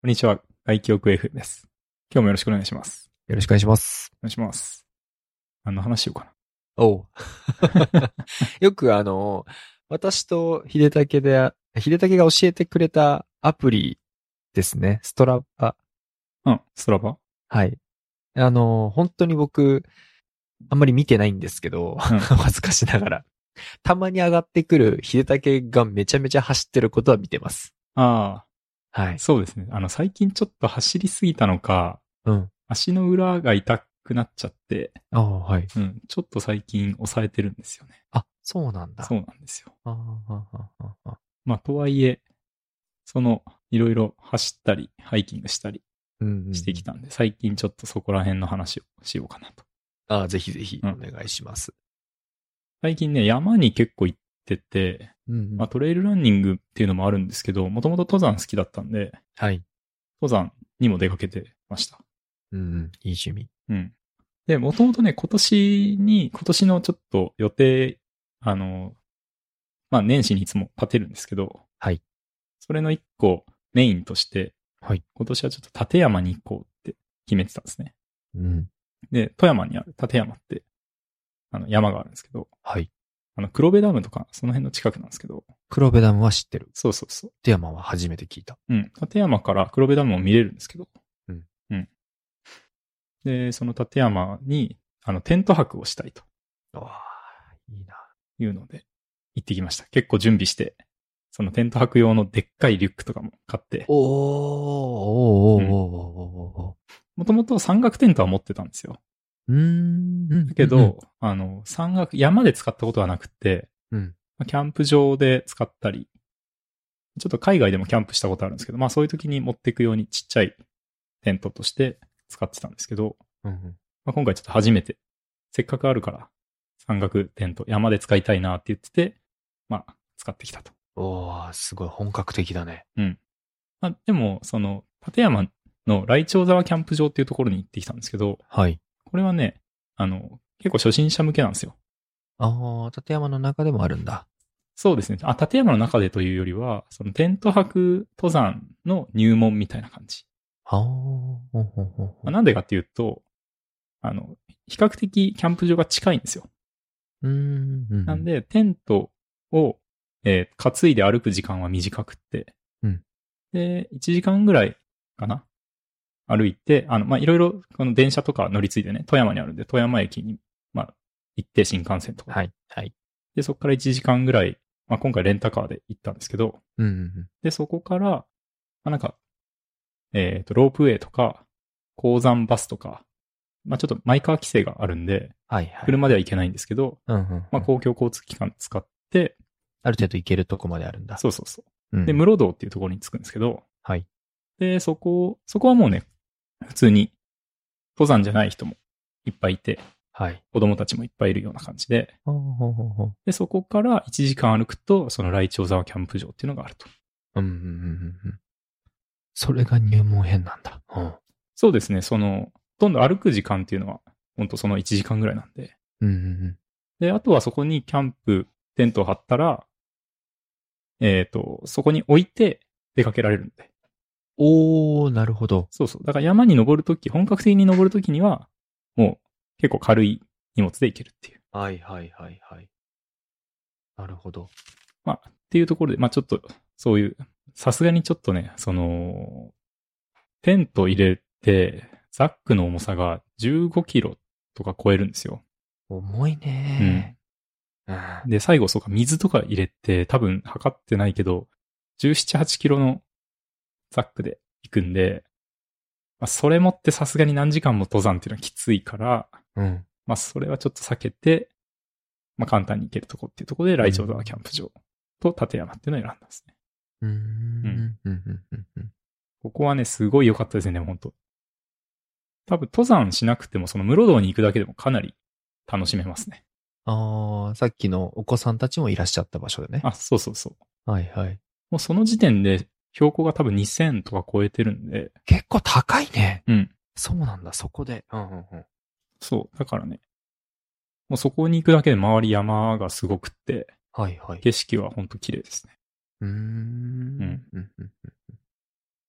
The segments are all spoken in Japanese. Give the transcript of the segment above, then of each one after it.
こんにちは。外記憶 F です。今日もよろしくお願いします。 よろしくお願いします。 お願いします。何の話しようかおう。よく私と秀武が教えてくれたアプリですね。ストラバ。 な。うん、ストラバ。 はい。本当に僕、あんまり見てないんですけど、 うん。 恥ずかしながら。たまに上がってくる秀武がめちゃめちゃ走ってることは見てます。 ああ、 はい。 そうですね。最近ちょっと走りすぎたのか、 うん。 足の裏が痛くなっちゃって、 ああ、はい。 うん、ちょっと最近抑えてるんですよね。 あ、そうなんだ。 そうなんですよ。 ああ、ああ、ああ、ああ。 まあ、とはいえ、いろいろ走ったり、ハイキングしたりうんうんうん。 してきたんで、最近ちょっとそこら辺の話をしようかなと。 ああ、ぜひぜひうん。 お願いします。 最近ね、山に結構行ってて、 うんうん。 まあトレイルランニングっていうのもあるんですけど、もともと登山好きだったんで、 はい。 登山にも出かけてました。 うんうん。いい趣味。 うん。で、もともとね、今年のちょっと予定、あの、まあ年始にいつも立てるんですけど、 はい。 それの一個メインとして、 はい。 今年はちょっと立山に行こうって決めてたんですね。 うん。 で、富山にある立山って、山があるんですけど、 はい。 黒部ダムとか、その辺の近くなんですけど、 黒部ダムは知ってる。 そうそうそう。 テーマは初めて聞いた。 うん。立山から黒部ダムも見れるんですけど、 うん。 うん。で、その立山に、テント泊をしたいとわあ、いいな。 いうので、行ってきました。結構準備して、そのテント泊用のでっかいリュックとかも買って、 おー、おー、 うん。 おー、おー、おー、おもともと山岳テントは持ってたんですよ。 ー。うーん、うん、うん、うん。 だけど、山で使ったことはなくて、 うん。 キャンプ場で使ったり、ちょっと海外でもキャンプしたことあるんですけど、まあそういう時に持っていくようにちっちゃいテントとして使ってたんですけど、 うん、 まあ、今回ちょっと初めて、せっかくあるから、山岳テント、山で使いたいなって言ってて、まあ、使ってきたと。 おー、すごい本格的だね。 うん。まあ、でも、立山の来鳥沢キャンプ場っていうところに行ってきたんですけど、 はい。 これはね、結構初心者向けなんですよ。 あー、立山の中でもあるんだ。 そうですね。立山の中でというよりは、そのテント泊登山の入門みたいな感じ。 あー、ほうほうほうほう。 まあ、なんでかっていうと、あの、比較的キャンプ場が近いんですよ。 うーん、うん、 なんで、テントを、担いで歩く時間は短くって、 うん。 で、1時間ぐらいかな歩いて、まあ、いろいろ、この電車とか乗り継いでね、富山にあるんで、富山駅に、まあ、行って新幹線とかで。 はい、はい。 で、そこから1時間ぐらい、まあ、今回レンタカーで行ったんですけど、 うん、うん、 で、そこから、まあ、なんか、ロープウェイとか、鉱山バスとか、まあ、ちょっとマイカー規制があるんで、 はい、はい、はい。 車では行けないんですけど、 うん、うん、 まあ、 うん。 公共交通機関使って、 ある程度行けるとこまであるんだ。 そうそうそう。で、 うん。 室堂っていうところに着くんですけど、 はい。 で、そこはもうね、普通に登山じゃない人もいっぱいいて、 はい。 子供たちもいっぱいいるような感じで、 ほうほうほうほう。 で、そこから1時間歩くと、その来鳥沢キャンプ場っていうのがあると。 うん、うん、うん、うん。それが入門編なんだ。うん。 そうですね、ほとんど歩く時間っていうのは、ほんとその1時間ぐらいなんで。 うん、うん、 で、あとはそこにキャンプ、テントを張ったら、そこに置いて出かけられるんで。 おー、なるほど。 そうそう。だから山に登るとき、本格的に登るときには、もう結構軽い荷物で行けるっていう。 はいはいはいはい。なるほど。 まあ、っていうところで、まあちょっと、そういう、さすがにちょっとね、テント入れて、ザックの重さが15キロとか超えるんですよ。 重いうん。 ねー。うん。 で、最後、そうか、水とか入れて、多分測ってないけど、17、8キロのザックで行くんで、まあ、それ持ってさすがに何時間も登山っていうのはきついから、 うん。 まあ、それはちょっと避けて、まあ、簡単に行けるとこっていうところで、 う来鳥沢キャンん。 プ場と立山っていうのを選んだんですね。 うーうん。 ん。うん。うん。うん。 ここはね、すごい良かったですね、本当多分、登山しなくても、その室堂に行くだけでもかなり楽しめますね。 ああ、さっきのお子さんたちもいらっしゃった場所でね。 あ、そうそうそう。 はいはい。 もうその時点で、標高が多分2000とか超えてるんで、 結構高いね。 うん。 そうなんだ、そこで。うんうんうん。 そう。だからね、もうそこに行くだけで周り山がすごくって、 はいはい。 景色はほんと綺麗ですね。 うーん。 うん。 うんうんうん。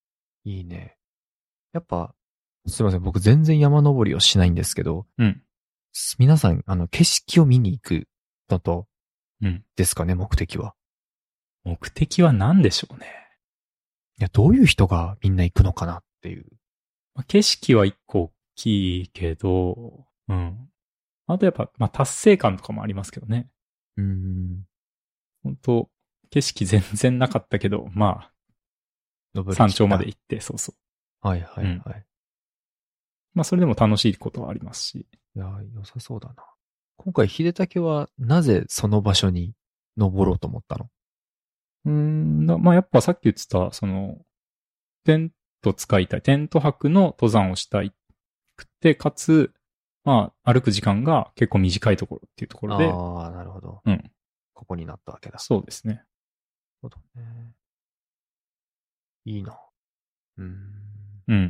いいね。やっぱ、すいません。僕全然山登りをしないんですけど、 うん。 皆さん、景色を見に行くのと、 うん。 ですかね、目的は。 目的は何でしょうね。 いや、どういう人がみんな行くのかなっていう。 まあ、景色は一個大きいけど、うん。あとやっぱ、まあ、達成感とかもありますけどね。本当景色全然なかったけど、まあ、 登り切った。 山頂まで行って、そうそはいはいはい。 うんまあ、それでも楽しいことはありますし。 いや、良さそうだな。今回、秀武はなぜその場所に登ろうと思ったの？ まあ、やっぱさっき言ってた、テント使いたい。テント泊の登山をしたいくて、かつ、まあ、歩く時間が結構短いところっていうところで。 ああ、なるほど。 うん。 ここになったわけだ。 そうですね。 そうだね。いいな。 うん。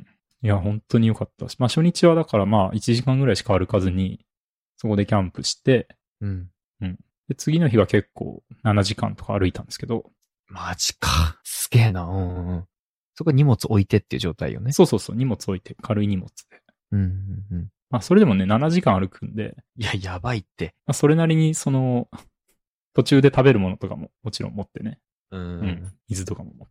いや、本当に良かったし。まあ、初日はだからまあ、1時間ぐらいしか歩かずに、そこでキャンプして、 うん。 で、次の日は結構7時間とか歩いたんですけど。 マジか。すげえな。うんうん。そこ荷物置いてっていう状態よね。 そうそうそう、荷物置いて、軽い荷物で。 うんうんうん。 まあ、それでもね、7時間歩くんで。 いや、やばいって。 まあ、それなりに、途中で食べるものとかももちろん持ってね。水とかも持って。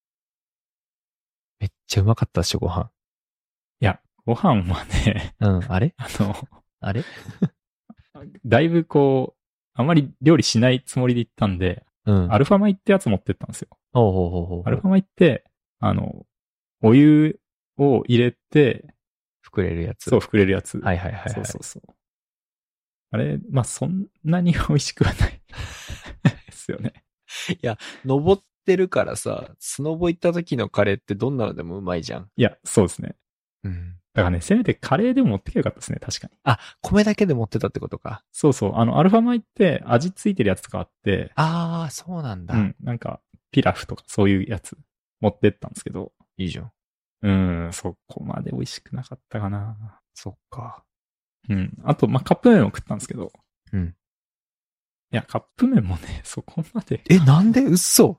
めっちゃうまかったっしょ、ご飯。 いや、ご飯はね、 あれあれだいぶあまり料理しないつもりで行ったんで、アルファ米ってやつ持ってったんですよ。アルファ米って、お湯を入れて、 膨れるやつ。 そう、膨れるやつ。 はいはいはい。 そうそうそう。あれ、まあ、そんなに美味しくはないですよね。 いや、登ってるからさ、スノボ行った時のカレーってどんなのでもうまいじゃん。 いや、そうですね。 うん。 だからね、せめてカレーでも持ってきゃよかったですね、確かに。 あ、米だけで持ってたってことか。 そうそう。アルファ米って味ついてるやつとかあって、 ああ、そうなんだ。 なんか、ピラフとかそういうやつ持ってったんですけど。 いいじゃん。 そこまで美味しくなかったかな。 そっか。 あと、まあ、カップ麺を食ったんですけど。 うん。 いや、カップ麺もね、そこまで。 なんで嘘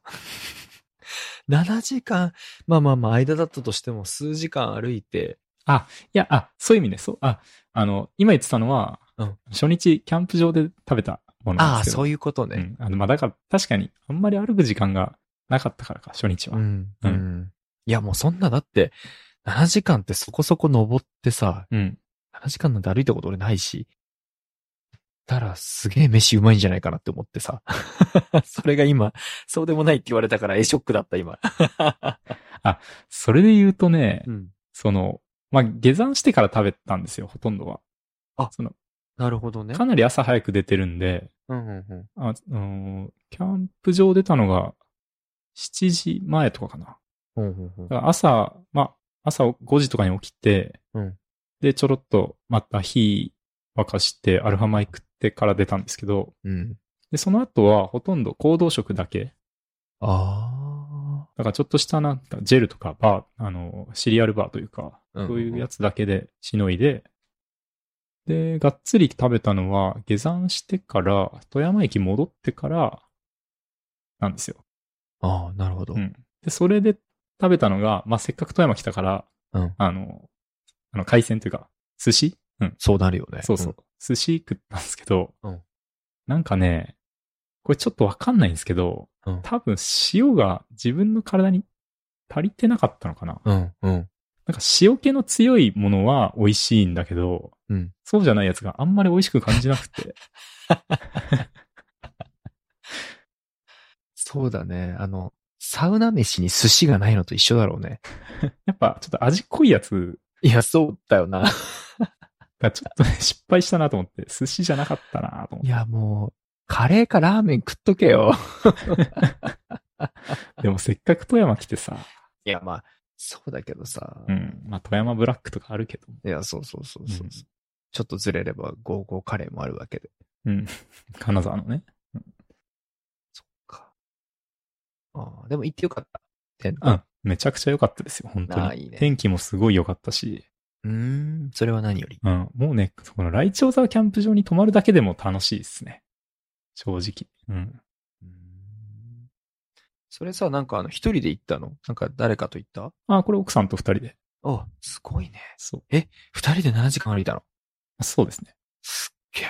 ?7 時間、まあまあまあ、間だったとしても数時間歩いて。 そういう意味ね、今言ってたのは、初日、キャンプ場で食べたものなんですけど。 そういうことね。 まあ、だから、確かに、あんまり歩く時間がなかったからか、初日は。 いや、もうそんな、だって、7時間ってそこそこ登ってさ、7時間なんて歩いたこと俺ないし、たらすげえ飯うまいんじゃないかなって思ってさ。それが今、そうでもないって言われたからショックだった今。 それで言うとね、 うん。 まあ、下山してから食べたんですよ、ほとんどは。 なるほどね。 かなり朝早く出てるんで、キャンプ場出たのが7時前とかかな。だから朝5時とかに起きて、で、ちょろっとまた火沸かしてアルファ米食ってから出たんですけど、で、その後はほとんど行動食だけ。だからちょっとしたなんかジェルとかシリアルバーというか、そういうやつだけでしのいで、で、がっつり食べたのは下山してから、富山駅戻ってからなんですよ。 なるほど。 で、それで食べたのが、まあ、せっかく富山来たから、海鮮というか、寿司そうなるよね。 そうそう。寿司食ったんですけど、なんかね、これちょっとわかんないんですけど、多分塩が自分の体に足りてなかったのかな。なんか塩気の強いものは美味しいんだけど、そうじゃないやつがあんまり美味しく感じなくて。 そうだね。サウナ飯に寿司がないのと一緒だろうね。 やっぱちょっと味濃いやつ。 いや、そうだよな。 ちょっとね、失敗したなと思って、寿司じゃなかったなと思って。 いや、もう、カレーかラーメン食っとけよ。 でもせっかく富山来てさ。 いや、まあ、そうだけどさ。 まあ、富山ブラックとかあるけど。 いや、そう。ちょっとずれれば、ゴーゴーカレーもあるわけで。 金沢のね。 そっか。でも行ってよかった。テント。 めちゃくちゃ良かったですよ、本当に。いいね。天気もすごい良かったし。 それは何より。 もうね、このライチョウ沢キャンプ場に泊まるだけでも楽しいですね。正直。 それさ、なんか一人で行ったの？なんか誰かと行った？ あ、これ奥さんと二人で。 あ、すごいね。 そう。 二人で7時間歩いたの？ そうですね。 すっげえ。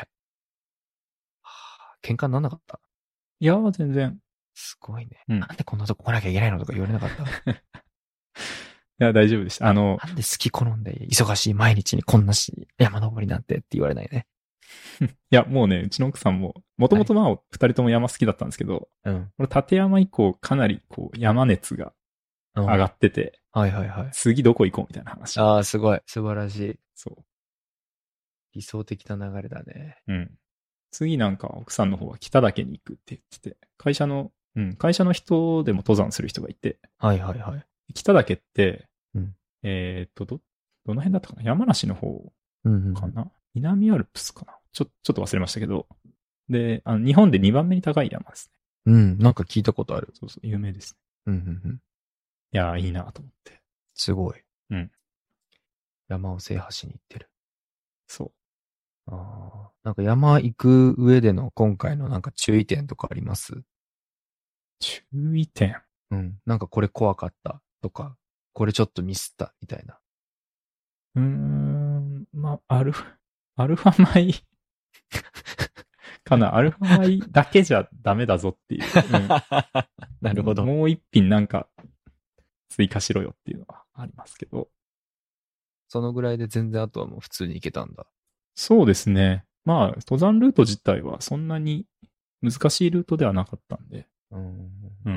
喧嘩になんなかった？ いや、全然。 すごいね。 うん。 なんでこんなとこ来なきゃいけないのとか言われなかった？ いや、大丈夫でした。 なんで好き好んで忙しい毎日にこんな山登りなんてって言われないね。 いや、もうね、うちの奥さんも、もともとまあ、二人とも山好きだったんですけど、 うん。 これ立山以降かなりこう、山熱が上がってて、 はいはいはい。 次どこ行こうみたいな話。 ああ、すごい。素晴らしい。 そう。 理想的な流れだね。 うん。次なんか奥さんの方は北岳に行くって言ってて、会社の人でも登山する人がいて、 はいはいはい。 北岳って、 うん。 どの辺だったかな、山梨の方うんかな、南アルプスかな、ちょっと忘れましたけど、で、日本で2番目に高い山ですね。うん、なんか聞いたことある。 そうそう、有名ですね。うん。 いやー、いいなと思って。 すごい。 うん。 山を制覇しに行ってる。 そう。 なんか山行く上での今回のなんか注意点とかあります？ 注意点。 うん。なんかこれ怖かったとか、これちょっとミスったみたいな。 まあ、アルファ米かな。アルファ米だけじゃダメだぞっていう。うん、 なるほど。 もう一品なんか追加しろよっていうのはありますけど。 そのぐらいで全然あとはもう普通に行けたんだ。 そうですね。まあ、登山ルート自体はそんなに難しいルートではなかったんで。うん。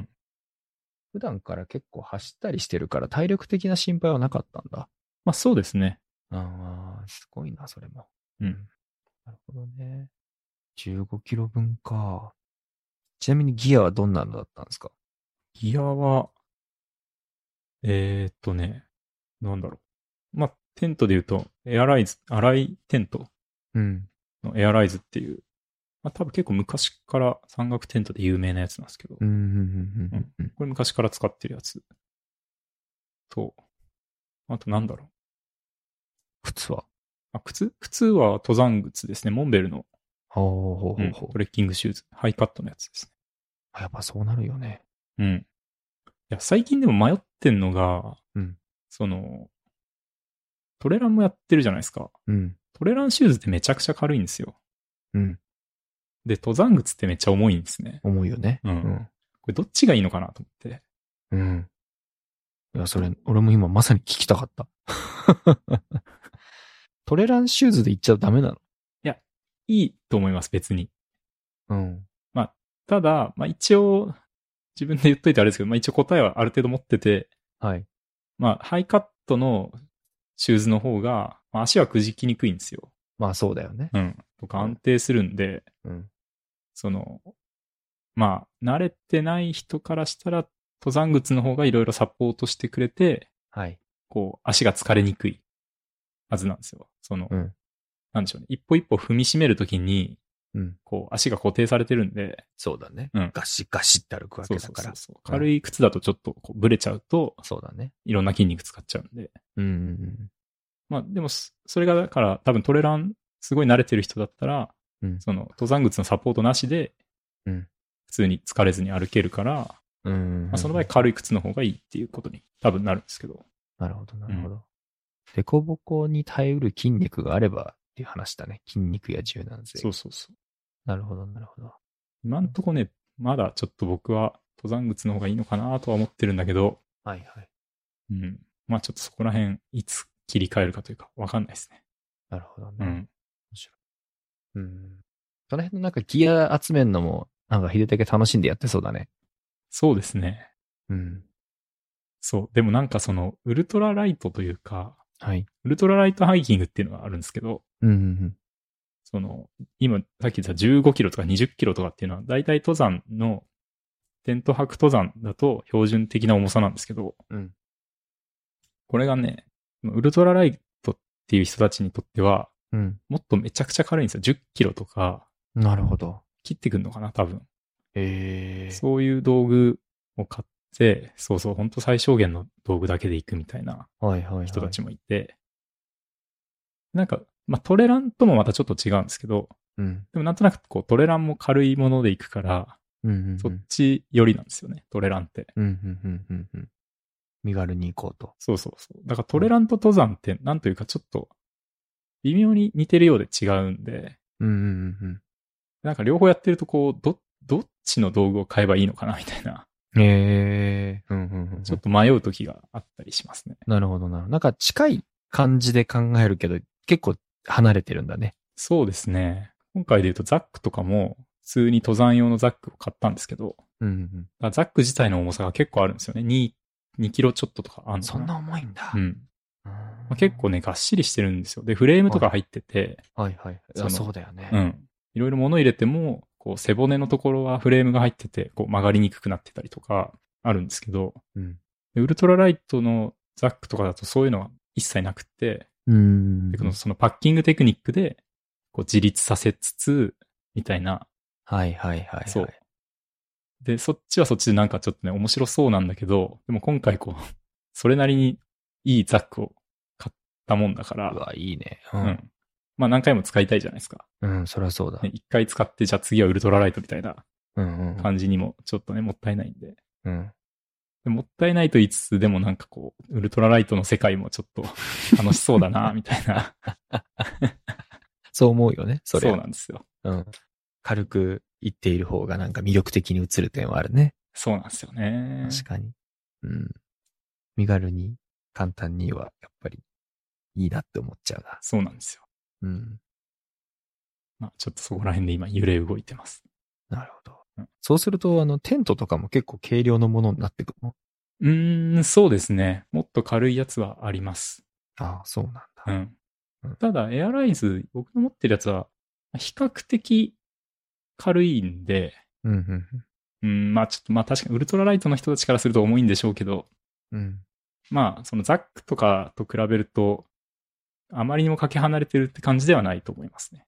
普段から結構走ったりしてるから体力的な心配はなかったんだ。 まあそうですね。 ああ、すごいな、それも。 うん。 なるほどね。15キロ分か。ちなみにギアはどんなのだったんですか？ ギアは、なんだろう。まあ、テントで言うと、荒いテントのエアライズっていう、まあ多分結構昔から山岳テントで有名なやつなんですけど、これ昔から使ってるやつと、あとなんだろう。 靴は？ 靴は登山靴ですね。モンベルのトレッキングシューズ。ハイカットのやつですね。 やっぱそうなるよね。 うん。いや、最近でも迷ってんのが、トレランもやってるじゃないですか。トレランシューズってめちゃくちゃ軽いんですよ。で、登山靴ってめっちゃ重いんですね。 重いよね。 これどっちがいいのかなと思って。 いや、それ、俺も今まさに聞きたかった。トレランシューズで行っちゃダメなの？ いや、いいと思います、別に。まあ、ただ、まあ一応、自分で言っといてあれですけど、まあ一応答えはある程度持ってて、 はい。 まあ、ハイカットのシューズの方が、まあ、足はくじきにくいんですよ。 まあそうだよね。 とか安定するんで、まあ、慣れてない人からしたら、登山靴の方がいろいろサポートしてくれて、 はい。 こう、足が疲れにくいはずなんですよ。なんでしょうね。一歩一歩踏みしめるときに、こう、足が固定されてるんで。 そうだね。ガシガシって歩くわけだから。 そう。軽い靴だとちょっとこうブレちゃうと、 そうだね。 いろんな筋肉使っちゃうんで。まあ、でも、それがだから多分トレランすごい慣れてる人だったら、登山靴のサポートなしで、普通に疲れずに歩けるから、まあ、その場合軽い靴の方がいいっていうことに多分なるんですけど。 なるほど、なるほど。デコボコに耐えうる筋肉があればっていう話だね。筋肉や柔軟性。 そう。 なるほど、なるほど。 今んとこね、まだちょっと僕は登山靴の方がいいのかなとは思ってるんだけど。 はいはい。 まあちょっとそこら辺、いつ切り替えるかというか、わかんないですね。 なるほどね。面白い。その辺のなんかギア集めるのも、なんか秀武楽しんでやってそうだね。 そうですね。そう。でもなんかウルトラライトというか、 はい。 ウルトラライトハイキングっていうのがあるんですけど、今、さっき言った15キロとか20キロとかっていうのは、大体登山の、テント泊登山だと標準的な重さなんですけど、これがね、ウルトラライトっていう人たちにとっては、もっとめちゃくちゃ軽いんですよ。10キロとか。 なるほど。 切ってくんのかな、多分。 そういう道具を買って、本当最小限の道具だけで行くみたいな人たちもいて、なんか、まあ、トレランともまたちょっと違うんですけど、でもなんとなくこうトレランも軽いもので行くから、 そっち寄りなんですよね、トレランって。 身軽に行こうと。 そうそうそう。だからトレランと登山って、なんというかちょっと、微妙に似てるようで違うんで、なんか両方やってるとこう、どっちの道具を買えばいいのかなみたいな。ちょっと迷う時があったりしますね。 なるほどな。なんか近い感じで考えるけど、結構離れてるんだね。 そうですね。今回で言うとザックとかも、普通に登山用のザックを買ったんですけど、ザック自体の重さが結構あるんですよね。2キロちょっとかあるのかな。 そんな重いんだ。 結構ね、がっしりしてるんですよ。で、フレームとか入ってて、 そうだよね。 いろいろ物入れても、こう背骨のところはフレームが入ってて、こう曲がりにくくなってたりとかあるんですけど、ウルトラライトのザックとかだとそういうのは一切なくて、でそのパッキングテクニックでこう自立させつつ、みたいな。そう。で、そっちはそっちでなんかちょっとね、面白そうなんだけど、でも今回こう、それなりにいいザックを買ったもんだから。 うわ、いいね。 まあ何回も使いたいじゃないですか。 そりゃそうだ。 一回使って、じゃあ次はウルトラライトみたいな感じにもちょっとね、もったいないんで。もったいないと言いつつ、でもなんかこう、ウルトラライトの世界もちょっと楽しそうだな、みたいな。 そう思うよね、 それ。そうなんですよ。 軽く言っている方がなんか魅力的に映る点はあるね。 そうなんですよね。 確かに。身軽に、簡単には、やっぱり、いいなって思っちゃうな。 そうなんですよ。まあ、ちょっとそこら辺で今揺れ動いてます。 なるほど。そうすると、テントとかも結構軽量のものになってくるの？そうですね。もっと軽いやつはあります。 ああ、そうなんだ。 ただ、エアライズ、僕の持ってるやつは、比較的軽いんで、まあちょっと、まあ確かにウルトラライトの人たちからすると重いんでしょうけど、まあ、そのザックとかと比べると、あまりにもかけ離れてるって感じではないと思いますね。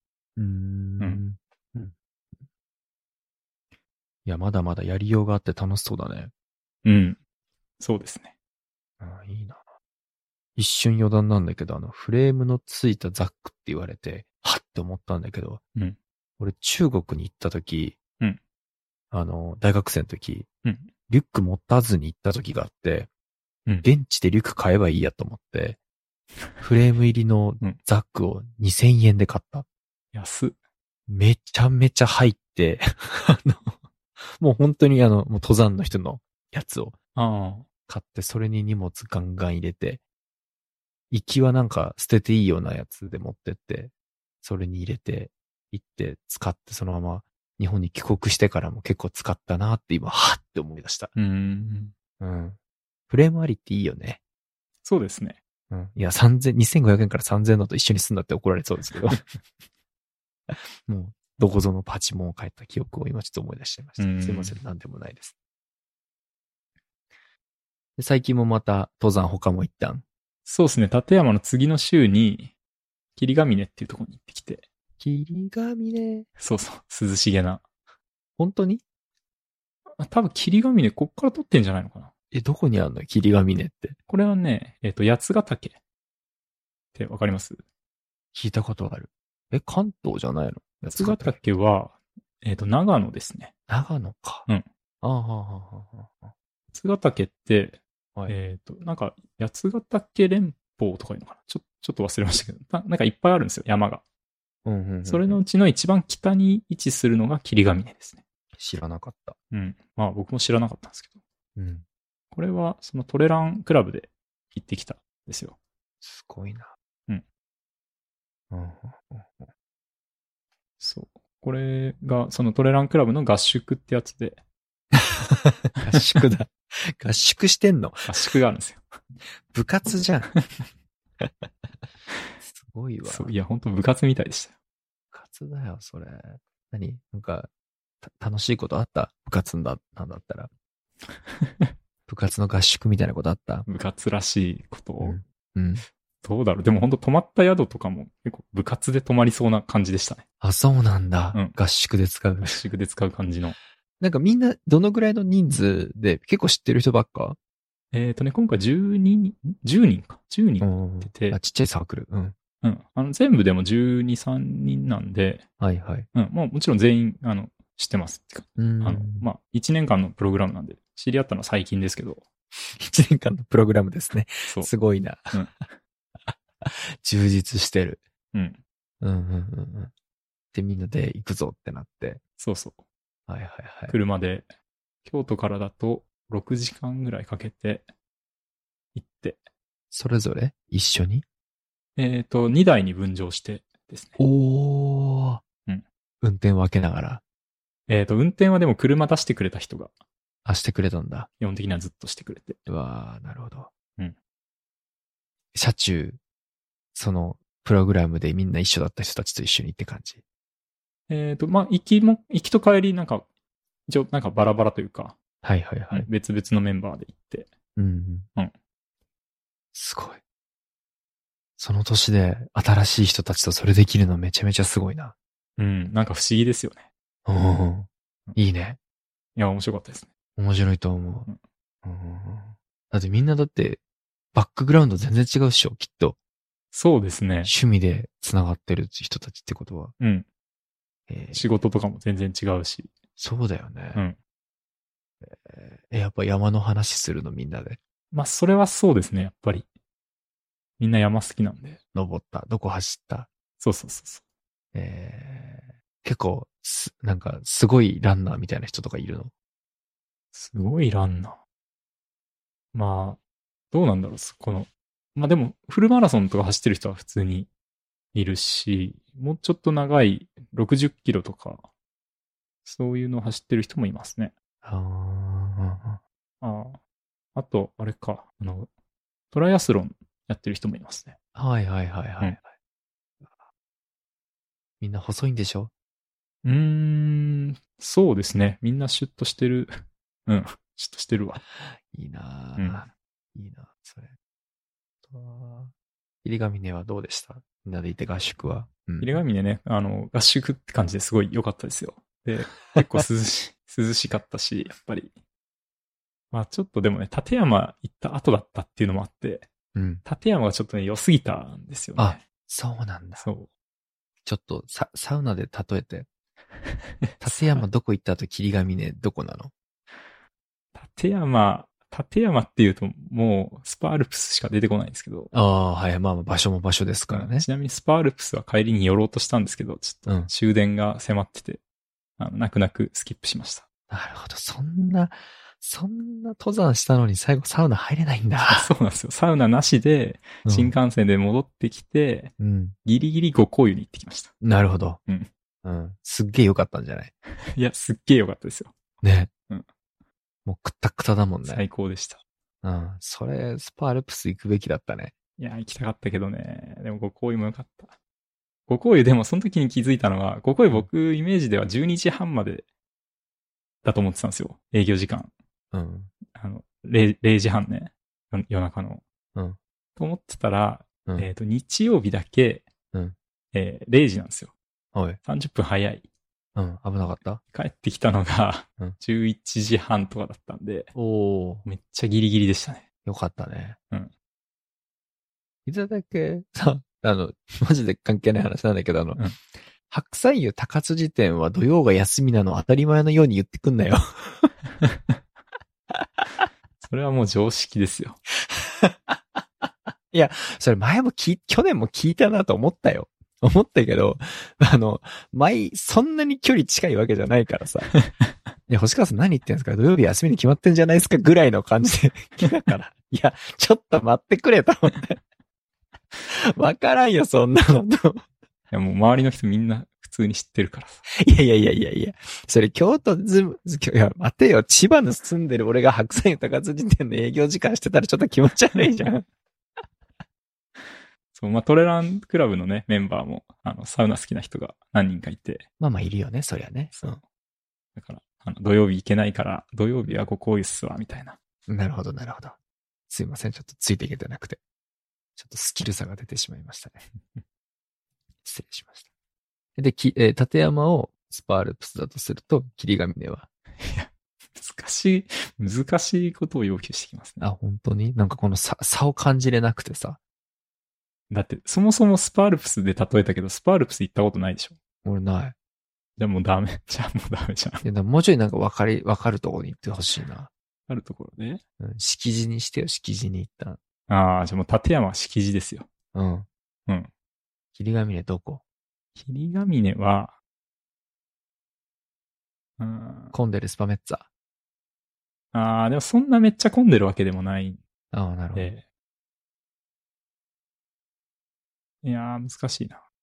いや、まだまだやりようがあって楽しそうだね。 そうですね。 いいな。一瞬余談なんだけど、フレームのついたザックって言われて、はって思ったんだけど、俺中国に行った時、大学生の時、リュック持たずに行った時があって、現地でリュック買えばいいやと思って、フレーム入りのザックを2000円で買った。 安っ。 めちゃめちゃ入って、もう本当にもう登山の人のやつを買って、それに荷物ガンガン入れて、行きはなんか捨てていいようなやつで持ってって、それに入れて、行って使ってそのまま日本に帰国してからも結構使ったなって今、はって思い出した。フレームありっていいよね。 そうですね。 いや、2500円から3000円のと一緒にすんだって怒られそうですけど。もう、どこぞのパチモンを変えた記憶を今ちょっと思い出しちゃいました。すいません、なんでもないです。で最近もまた登山他も行ったん？ そうですね。立山の次の週に、霧ヶ峰っていうところに行ってきて。 霧ヶ峰？ そうそう、涼しげな。 本当に？ 多分霧ヶ峰こっから撮ってんじゃないのかな。 どこにあるの？霧ヶ峰って。 これはね、八ヶ岳ってわかります？ 聞いたことある。関東じゃないの？ 八ヶ岳は、長野ですね。 長野か。 八ヶ岳って、なんか、八ヶ岳連峰とかいうのかな。ちょっと忘れましたけど、なんかいっぱいあるんですよ、山が。それのうちの一番北に位置するのが霧ヶ峰ですね。 知らなかった。 まあ僕も知らなかったんですけど。これは、そのトレランクラブで行ってきたんですよ。 すごいな。 そう。これが、そのトレランクラブの合宿ってやつで。 合宿だ。合宿してんの？ 合宿があるんですよ。 部活じゃん。すごいわ。 いや、本当部活みたいでしたよ。 部活だよ、それ。なんか、楽しいことあった？部活なんだったら。部活の合宿みたいなことあった？ 部活らしいことを。どうだろう。でも本当泊まった宿とかも結構部活で泊まりそうな感じでしたね。 あ、そうなんだ。合宿で使う。 合宿で使う感じの。 なんかみんなどのぐらいの人数で結構知ってる人ばっか？ 今回10人か。10人ってて。 ちっちゃいサークル。 全部でも12、3人なんで。 はいはい。 もちろん全員、 知ってます。 まあ、1年間のプログラムなんで、知り合ったのは最近ですけど。 1年間のプログラムですね。 そう。 すごいな。 うん、 充実してる。 うん。 で、みんなで行くぞってなって。 そうそう。 はいはいはい。 車で、京都からだと6時間ぐらいかけて行って。 それぞれ一緒に 2台に分乗してですね。 おー。 うん。 運転分けながら。 運転はでも車出してくれた人が。 してくれたんだ。 基本的にはずっとしてくれて。 うわー、なるほど。 うん。 車中、その、プログラムでみんな一緒だった人たちと一緒にって感じ。 まあ、行きと帰りなんか、一応なんかバラバラというか。 はいはいはい。 別々のメンバーで行って。 うん。すごい。その年で新しい人たちとそれできるのめちゃめちゃすごいな。 うん、なんか不思議ですよね。 いいね。 いや、面白かったですね。 面白いと思う。だってみんなだって、バックグラウンド全然違うっしょ、きっと。 そうですね。 趣味で繋がってる人たちってことは。 うん。仕事とかも全然違うし。 そうだよね。 うん。 やっぱ山の話するのみんなで。 まあ、それはそうですね、やっぱり。みんな山好きなんで。 登った。どこ走った。 そうそうそうそう。 結構、なんか、すごいランナーみたいな人とかいるの？ すごいランナー。まあ、どうなんだろう、まあでも、フルマラソンとか走ってる人は普通にいるし、もうちょっと長い60キロとか、そういうのを走ってる人もいますね。あと、あれか、トライアスロンやってる人もいますね。 はいはいはいはい。みんな細いんでしょ？ そうですね。みんなシュッとしてる。うん、シュッとしてるわ。 いいなぁ。いいなぁ、それ。霧ヶ峰はどうでした？みんなでいて合宿は。 霧ヶ峰ね、合宿って感じですごい良かったですよ。で、結構涼しかったし、やっぱり。まあちょっとでもね、立山行った後だったっていうのもあって、立山がちょっとね、良すぎたんですよね。 あ、そうなんだ。 そう。 ちょっと、サウナで例えて。立山どこ行った後霧ヶ峰どこなの？ 立山っていうともうスパールプスしか出てこないんですけど。 はい。まあ場所も場所ですからね。 ちなみにスパールプスは帰りに寄ろうとしたんですけど、ちょっと終電が迫ってて、泣く泣くスキップしました。 なるほど。そんな登山したのに最後サウナ入れないんだ。 そうなんですよ。サウナなしで、新幹線で戻ってきて、ギリギリ五香湯に行ってきました。 なるほど。すっげえ良かったんじゃない？ いや、すっげえ良かったですよ。 ね。もうくったくただもんね。 最高でした。 それ、スパールプス行くべきだったね。 いや、行きたかったけどね。でも五香湯も良かった。五香湯でもその時に気づいたのは、五香湯僕イメージでは12時半までだと思ってたんですよ。営業時間。0時半ね。夜中の。と思ってたら、日曜日だけ、0時なんですよ。30分早い。 危なかった？ 帰ってきたのが、11時半とかだったんで、めっちゃギリギリでしたね。 よかったね。いつだけ、マジで関係ない話なんだけど、白菜湯高津時点は土曜が休みなの当たり前のように言ってくんなよ。 それはもう常識ですよ。 いや、それ前も去年も聞いたなと思ったよ。思ったけど、そんなに距離近いわけじゃないからさ。いや、星川さん何言ってんすか？土曜日休みに決まってんじゃないですかぐらいの感じで来たから。いや、ちょっと待ってくれと思って。わからんよ、そんなのと。いや、もう周りの人みんな普通に知ってるからさ。 いや。それ京都いや、待てよ、千葉の住んでる俺が白菜高津時点の営業時間してたらちょっと気持ち悪いじゃん。 そう、まあ、トレランクラブのね、メンバーも、サウナ好きな人が何人かいて。 まあいるよね、そりゃね。 そう。だから、土曜日行けないから、土曜日はごこうゆっすわ、みたいな。 なるほど。すいません、ちょっとついていけてなくて。ちょっとスキル差が出てしまいましたね。失礼しました。で、立山をスパールプスだとすると、霧ヶ峰は。 いや、難しいことを要求してきますね。 本当に？なんかこの差を感じれなくてさ。 だって、そもそもスパールプスで例えたけど、スパールプス行ったことないでしょ？ 俺ない。 じゃあもうダメ。じゃあもうダメじゃん。 いや、でももうちょいなんかわかるところに行ってほしいな。 あるところで。 うん、敷地にしてよ、敷地に行ったああ、じゃあもう立山は敷地ですよ。 うん。 うん。 霧ヶ峰どこ？ 霧ヶ峰は、 混んでるスパメッツァ。 ああ、でもそんなめっちゃ混んでるわけでもないんああ、なるほど。 で。いやー、難しいな。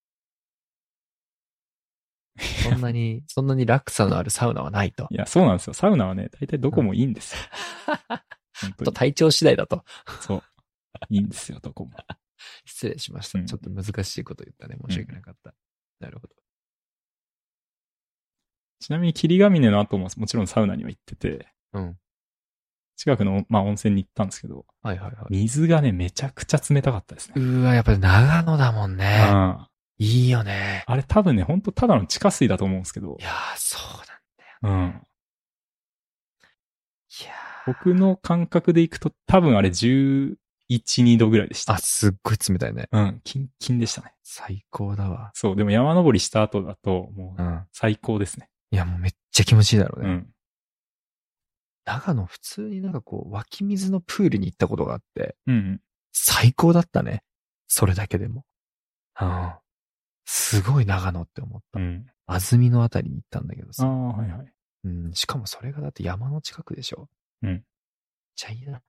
そんなに落差のあるサウナはないと。 いや、そうなんですよ。サウナはね、大体どこもいいんですよ。本当に。 体調次第だと。 そう。いいんですよ、どこも。 失礼しました。ちょっと難しいこと言ったね。申し訳なかった。なるほど。 ちなみに霧ヶ峰の後ももちろんサウナには行ってて、 うん。 近くの、まあ温泉に行ったんですけど、 はいはいはい。 水がね、めちゃくちゃ冷たかったですね。 うわ、やっぱり長野だもんね。いいよね。 あれ多分ね、ほんとただの地下水だと思うんですけど。 いやー、そうなんだよ、ね。いや僕の感覚でいくと多分あれ11、2度ぐらいでした。 あ、すっごい冷たいね。 キンキンでしたね。 最高だわ。 そう、でも山登りした後だと、もう、最高ですね。 いや、もうめっちゃ気持ちいいだろうね。長野、普通になんかこう、湧き水のプールに行ったことがあって、最高だったね。それだけでも。すごい長野って思った。安曇野あたりに行ったんだけどさ。 はいはい。 しかもそれがだって山の近くでしょ。めっちゃいいな。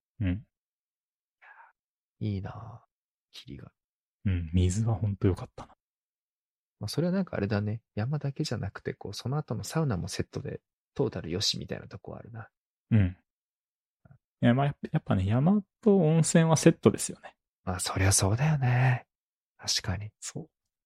いいな霧が。 水はほんと良かったな。 まあ、それはなんかあれだね。山だけじゃなくて、こう、その後のサウナもセットで、トータルよしみたいなとこあるな。 いや、まあ、やっぱね、山と温泉はセットですよね。 まあ、そりゃそうだよね。確かに。 そう。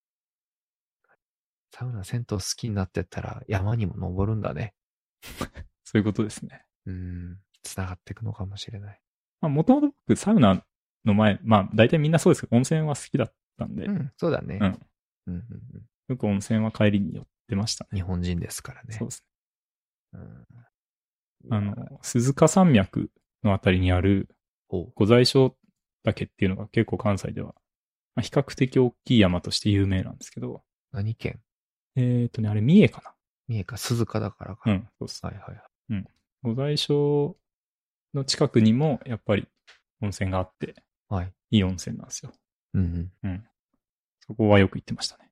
サウナ、銭湯好きになってったら山にも登るんだね。 そういうことですね。 繋がっていくのかもしれない。 まあ、もともと僕、サウナの前、まあ、大体みんなそうですけど、温泉は好きだったんで。 そうだね。 よく温泉は帰りに寄ってましたね。 日本人ですからね。 そうですね。鈴鹿山脈のあたりにある、御在所岳っていうのが結構関西では、まあ、比較的大きい山として有名なんですけど。 何県？ あれ、三重かな。 三重か、鈴鹿だからか。 そうっす。 はいはい。 御在所の近くにも、やっぱり温泉があって、いい温泉なんですよ。そこはよく行ってましたね。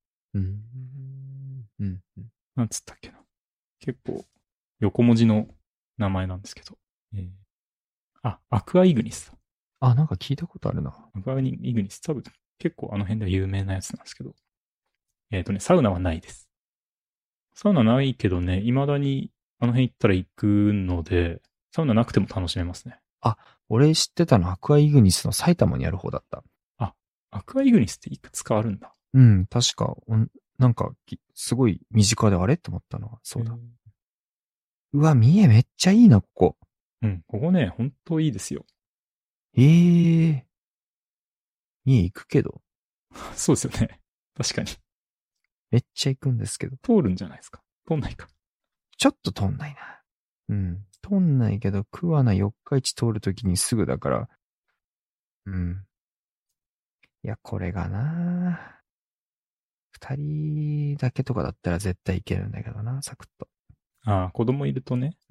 なんつったっけな。結構、横文字の名前なんですけど。アクアイグニス。 なんか聞いたことあるな。 アクアイグニス、多分結構あの辺では有名なやつなんですけど。サウナはないです。サウナないけどね、未だにあの辺行ったら行くので、サウナなくても楽しめますね。 俺知ってたのアクアイグニスの埼玉にある方だった。 アクアイグニスっていくつかあるんだ。 確か、なんか、すごい身近であれって思ったのは、そうだ。うわ、三重めっちゃいいな、ここ。 ここね、ほんといいですよ。 三重行くけど。 そうですよね。確かに。 めっちゃ行くんですけど。 通るんじゃないですか。通んないか。 ちょっと通んないな。通んないけど、桑名四日市通るときにすぐだから。いや、これがな二人だけとかだったら絶対行けるんだけどな、サクッと。 子供いるとね。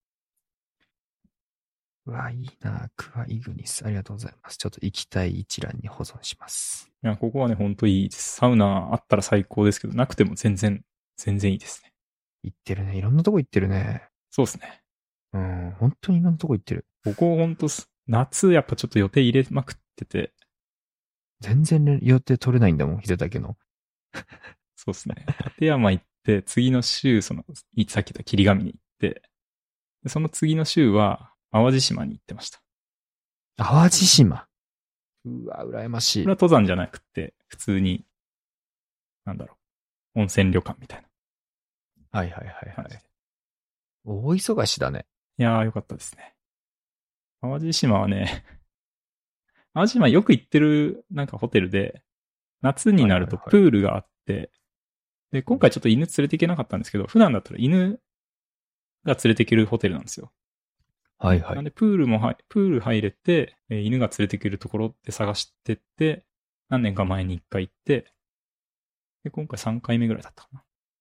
うわ、いいなクワイグニス。ありがとうございます。ちょっと行きたい一覧に保存します。 いや、ここはね、ほんといいです。サウナあったら最高ですけど、なくても全然いいですね。 行ってるね。いろんなとこ行ってるね。 そうですね。 本当にいろんなとこ行ってる。 ここほんと、夏やっぱちょっと予定入れまくってて。 全然予定取れないんだもん、秀武の。 そうですね。立山行って、次の週、さっき言った霧ヶ峰に行って、でその次の週は、淡路島に行ってました。 淡路島。うわ、羨ましい。 これは登山じゃなくて、普通に、なんだろう、温泉旅館みたいな。 はい。大忙しだね。 いやー、よかったですね。淡路島はね、淡路島よく行ってる、なんかホテルで、夏になるとプールがあって、で、今回ちょっと犬連れて行けなかったんですけど、普段だったら犬が連れて行けるホテルなんですよ。なんでプール入れて、犬が連れて行けるところって探してって、何年か前に1回行って、で、今回3回目ぐらいだったかな。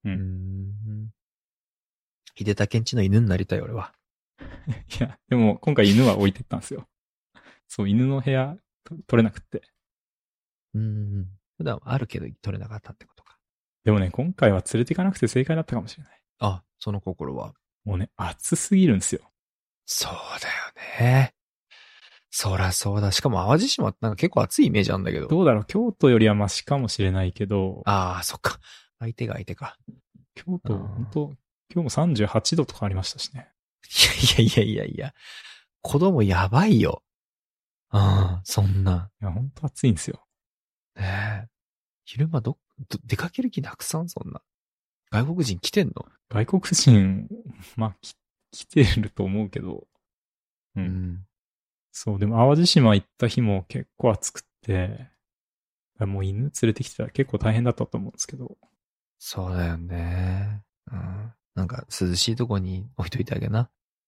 秀武んちの犬になりたい、俺は。 いや、でも今回犬は置いてったんですよ。そう、犬の部屋取れなくって。 普段はあるけど取れなかったってことか。 でもね、今回は連れていかなくて正解だったかもしれない。 あ、その心は。 もうね、暑すぎるんですよ。 そうだよね。そらそうだ。しかも淡路島ってなんか結構暑いイメージあるんだけど。 どうだろう、京都よりはマシかもしれないけど。 ああ、そっか。相手か。 京都、本当今日も38度とかありましたしね。 いや。子供やばいよ。そんな。 いや、本当暑いんですよ。 ねえ。昼間出かける気なくさん、そんな。外国人来てんの？ 外国人、まあ、来てると思うけど。そう、でも淡路島行った日も結構暑くって、もう犬連れてきてたら結構大変だったと思うんですけど。 そうだよね。なんか涼しいとこに置いといてあげな。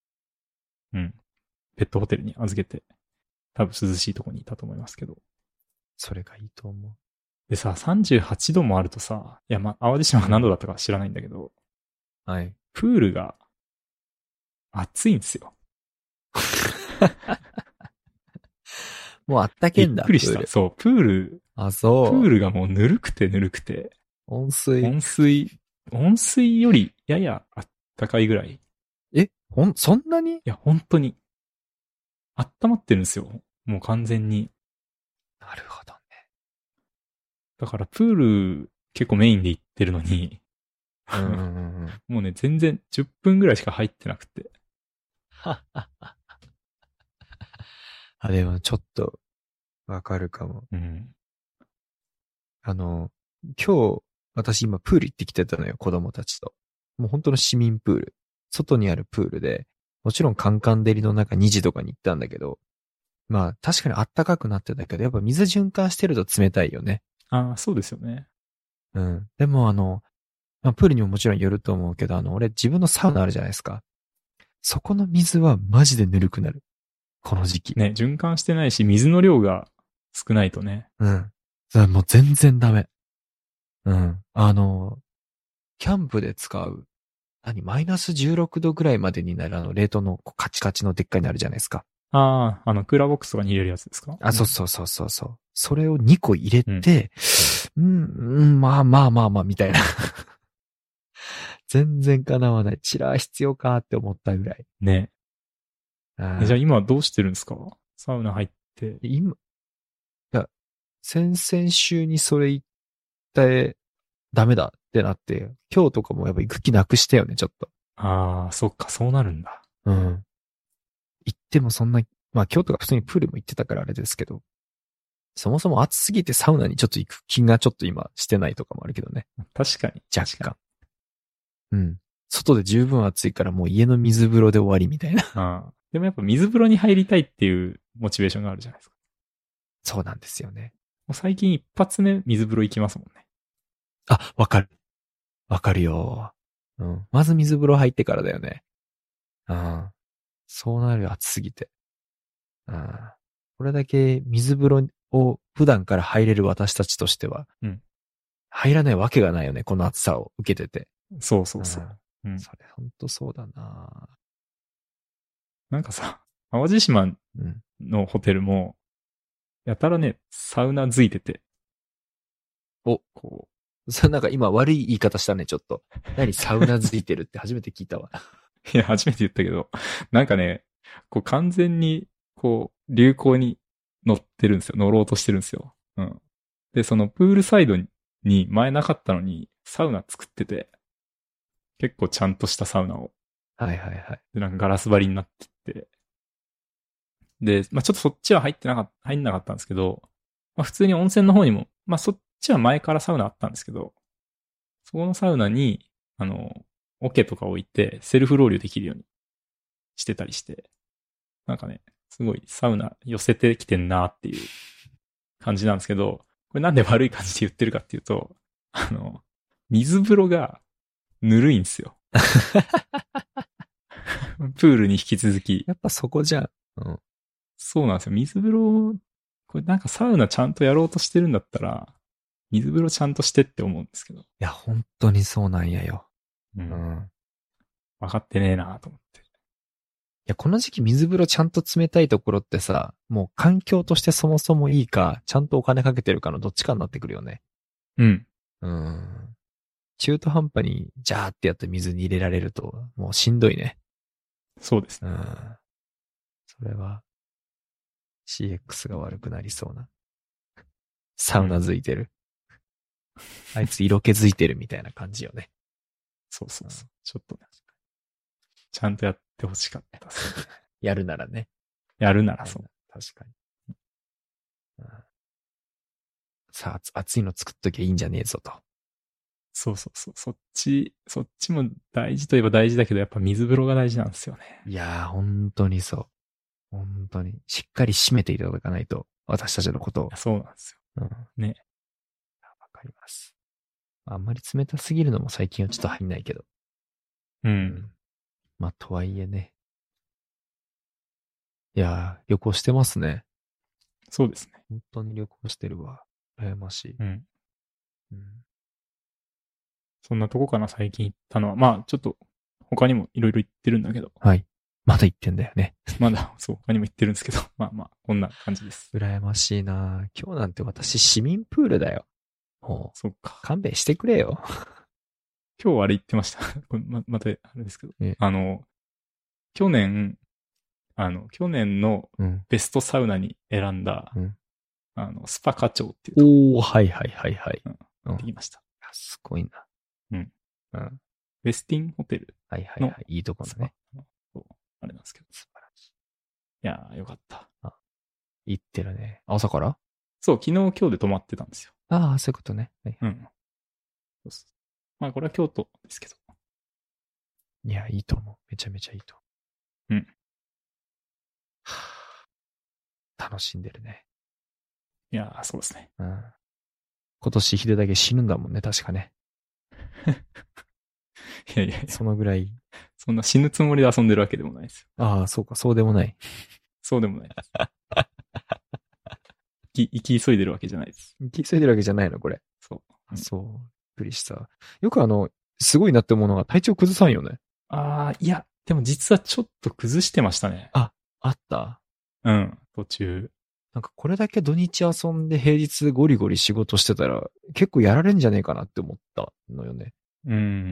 ペットホテルに預けて、多分涼しいとこにいたと思いますけど。 それがいいと思う。 でさ、38度もあるとさ、いや、まあ、淡路島は何度だったか知らないんだけど、 はい。 プールが暑いんですよ。 もうあったけんだ。 びっくりした。そう、プール。 そう。 プールがもうぬるくて。 温水よりややあったかいぐらい。 そんなに？ いや、本当に。温まってるんですよ。もう完全に。 なるほどね。 だからプール結構メインで行ってるのに、もうね、全然10分ぐらいしか入ってなくて。 でもちょっとわかるかも。今日私今プール行ってきてたのよ、子供たちと。もう本当の市民プール。外にあるプールで、もちろんカンカン照りの中2時とかに行ったんだけど、まあ確かにあったかくなってたけど、やっぱ水循環してると冷たいよね。 ああ、そうですよね。 でもまあ、プールにももちろんよると思うけど、俺自分のサウナあるじゃないですか。そこの水はマジでぬるくなる。この時期。 ね、循環してないし、水の量が少ないとね。 もう全然ダメ。キャンプで使う、マイナス16度ぐらいまでになる冷凍のカチカチのでっかいのあるじゃないですか。 ああ、クーラーボックスとかに入れるやつですか？ そう。それを2個入れて、まあ、みたいな。全然叶わない。チラー必要かって思ったぐらい。 ね。じゃあ今どうしてるんですか？サウナ入って。 先々週にそれ言ってダメだってなって、今日とかもやっぱ行く気なくしたよね、ちょっと。 ああ、そっか、そうなるんだ。 行ってもそんな、まあ今日とか普通にプールも行ってたからあれですけど、そもそも暑すぎてサウナにちょっと行く気がちょっと今してないとかもあるけどね。 確かに。 若干。外で十分暑いからもう家の水風呂で終わりみたいな。 でもやっぱ水風呂に入りたいっていうモチベーションがあるじゃないですか。 そうなんですよね。 もう最近一発目水風呂行きますもんね。 わかる。わかるよ。まず水風呂入ってからだよね。そうなるよ、暑すぎて。これだけ水風呂を普段から入れる私たちとしては、入らないわけがないよね、この暑さを受けてて。 そう。 それほんとそうだな。 なんかさ、淡路島のホテルも、やたらね、サウナづいてて。 それなんか今悪い言い方したね、ちょっと。何サウナづいてるって初めて聞いたわ。 いや、初めて言ったけど、なんかね、完全に、流行に乗ってるんですよ。乗ろうとしてるんですよ。で、そのプールサイドに前なかったのに、サウナ作ってて、結構ちゃんとしたサウナを。 はい。 で、なんかガラス張りになってて。で、まあちょっとそっちは入んなかったんですけど、まあ普通に温泉の方にも、まあそっちは前からサウナあったんですけど、そこのサウナに、桶とか置いて、セルフロウリュできるようにしてたりして、なんかね、すごいサウナ寄せてきてんなっていう感じなんですけど、これなんで悪い感じで言ってるかっていうと、水風呂がぬるいんですよ。プールに引き続き。 やっぱそこじゃん。 そうなんですよ。水風呂、これなんかサウナちゃんとやろうとしてるんだったら、 水風呂ちゃんとしてって思うんですけど。 いや、本当にそうなんやよ。 うん。 うん。 分かってねえなと思って。 いや、この時期水風呂ちゃんと冷たいところってさ、もう環境としてそもそもいいか、ちゃんとお金かけてるかのどっちかになってくるよね。 うん。 うん。中途半端にジャーってやって水に入れられると、もうしんどいね。 そうですね。 うん。それは、CX が悪くなりそうな。サウナづいてる。あいつ色気づいてるみたいな感じよね。 そうそうそう。ちょっとね。ちゃんとやってほしかったですね。 やるならね。 やるならそう。 確かに。さあ、熱いの作っときゃいいんじゃねえぞと。 そうそうそう。そっちも大事といえば大事だけど、やっぱ水風呂が大事なんですよね。 いやー、本当にそう。本当に。しっかり締めていただかないと、私たちのことを。 そうなんですよ。ね。 わかります。あんまり冷たすぎるのも最近はちょっと入んないけど。 うん。 まあ、とはいえね。いやー、旅行してますね。 そうですね。 本当に旅行してるわ。羨ましい。 うん。 うん、 そんなとこかな、最近行ったのは。まあ、ちょっと、他にもいろいろ行ってるんだけど。 はい。まだ行ってんだよね。 まだ、そう、他にも行ってるんですけど。まあまあ、こんな感じです。 羨ましいな今日なんて私市民プールだよ。もう、 そっか。 勘弁してくれよ。 今日あれ行ってました。これまた、あれですけど。 え去年、去年のうん。 ベストサウナに選んだ、 うん。 スパ課長っていうとこおー、はいはいはいはい。 ろ、 うん。 行ってきました。 すごいな。 うん。 うん。 ウェスティンホテルのはいはいはい。いいとこスパろね。 の、そうあれなんですけど。 素晴らしい。 いやー、よかった。 行ってるね。朝からそう、昨日今日で泊まってたんですよ。 ああ、そういうことね。はい。 うん。そうそうまあ、これは京都ですけど。 いや、いいと思う。めちゃめちゃいいと思うん。 う。はあ、楽しんでるね。 いやー、そうですね。 うん。今年秀だけ死ぬんだもんね、確かね。 いやいやいや、 そのぐらい。 そんな死ぬつもりで遊んでるわけでもないですよ。 ああ、そうか、そうでもない。 そうでもないです。生き急いでるわけじゃないです。 気づいてるわけじゃないの、これ。 そう。 そう。びっくりした。よくすごいなって思うのが体調崩さんよね。 いや、でも実はちょっと崩してましたね。 あったうん、途中。 なんかこれだけ土日遊んで平日ゴリゴリ仕事してたら結構やられんじゃねえかなって思ったのよね。 うん。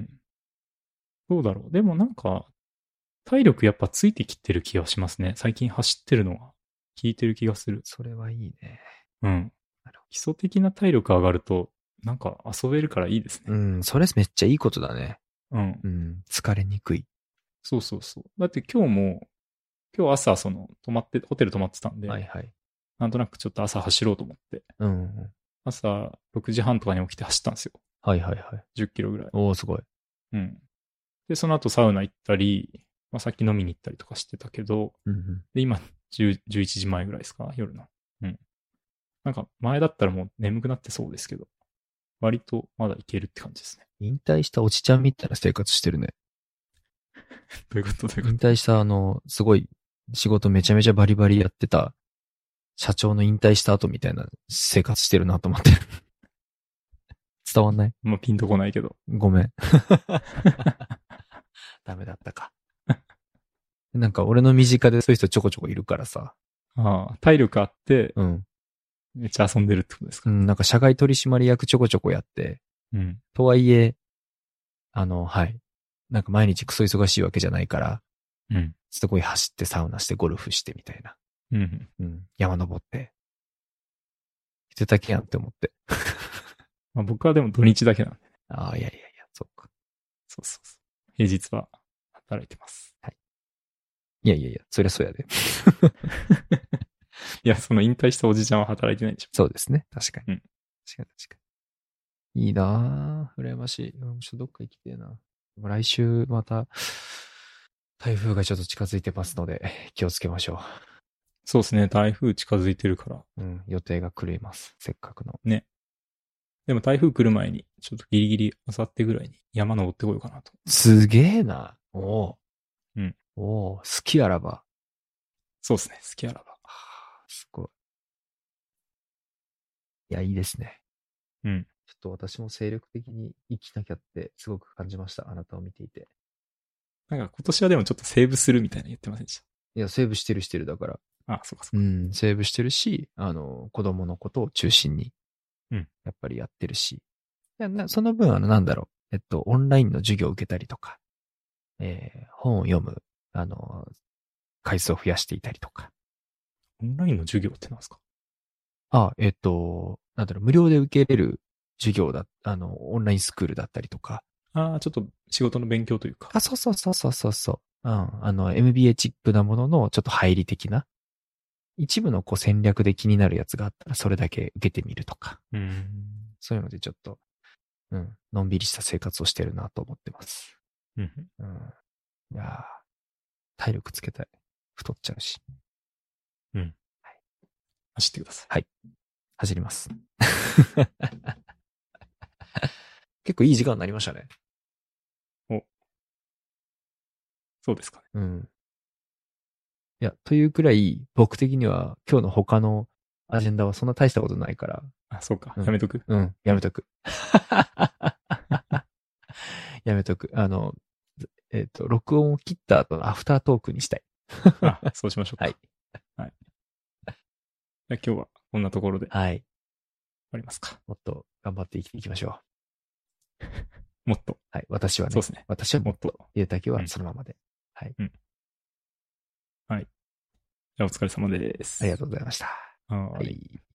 どうだろう。でもなんか、体力やっぱついてきてる気がしますね。最近走ってるのが効いてる気がする。 それはいいね。 うん。基礎的な体力上がると、なんか遊べるからいいですね。 うん、それめっちゃいいことだね。 うん。 うん、疲れにくい。 そうそうそう。だって今日朝ホテル泊まってたんで、 はいはい。 なんとなくちょっと朝走ろうと思って、 うん。 朝6時半とかに起きて走ったんですよ。 はいはいはい。 10キロぐらい。 おー、すごい。 うん。で、その後サウナ行ったり、まあ、さっき飲みに行ったりとかしてたけど、 うんうん。 で、今、11時前ぐらいですか夜の。うん。なんか、前だったらもう眠くなってそうですけど、割とまだいけるって感じですね。 引退したおじちゃんみたいな生活してるね。 どういうことどういう引こと退したすごい仕事めちゃめちゃバリバリやってた社長の引退した後みたいな生活してるなと思って。伝わんないまあ、ピンとこないけど。 ごめん。ダメだったか。なんか俺の身近でそういう人ちょこちょこいるからさ。 体力あって、 うん。 めっちゃ遊んでるってことですか。 うん、なんか社外取締役ちょこちょこやって、 うん。 とはいえ、はい。なんか毎日クソ忙しいわけじゃないから、 うん。 すごい走ってサウナしてゴルフしてみたいな。 うん。 うん。山登って。してたけやんって思って。 まあ、僕はでも土日だけなんで。 ああ、いやいやいや、そっか。 そうそうそう。平日は働いてます。 はい。いやいやいや、そりゃそうやで。 いや、その引退したおじちゃんは働いてないでしょ。 そうですね。確かに。 うん。 確かに確かに。いいなぁ。羨ましい。ちょっとどっか行きてえな。来週また、台風がちょっと近づいてますので、気をつけましょそうですね。台風近づいてるから。 う。うん。予定が狂います。せっかくの。 ね。でも台風来る前に、ちょっとギリギリ、明後日ぐらいに山登ってこようかなと。 すげえな。おう。 うん。 おう。好きあらば。 そうですね。好きあらば。 すごい。いや、いいですね。 うん。 ちょっと私も精力的に生きなきゃってすごく感じました。あなたを見ていて。 なんか今年はでもちょっとセーブするみたいな言ってませんでしいや、セーブしてるだから。 た？あ、そうかそうか。 うん、セーブしてるし、子供のことを中心に、 うんやっぱりやってるし。いやその分、なんだろう。オンラインの授業を受けたりとか、本を読む、回数を増やしていたりとか。 オンラインの授業ってなんですか？ なんだろう、無料で受けれる授業オンラインスクールだったりとか。 ああ、ちょっと仕事の勉強というか。 あ、そうそうそうそうそうそう。うん。MBA チックなもののちょっと入り的な。一部のこう戦略で気になるやつがあったらそれだけ受けてみるとか。そういうのでちょっと、うん、のんびりした生活をしてるなと思ってます。 うん。 うん。いやー、体力つけたい。太っちゃうし。 うん。走ってください。 はい。走ります。結構いい時間になりましたね。 お。そうですかね。 うん。いや、というくらい、僕的には今日の他のアジェンダはそんな大したことないから。 あ、そうか。 うん、 やめとく？ うん、やめとく。やめとく。録音を切った後のアフタートークにしたい。 あ、そうしましょうか。 はい。 はい。じゃあ今日はこんなところで。 はい。終わりますか。 もっと頑張って生きていきましょう。もっと。 はい。私はね。 そうですね。 私はもっと。入れたけはそのままで。 うん、 はい。 うん。はい。じゃあお疲れ様です。 ありがとうございました。 はい。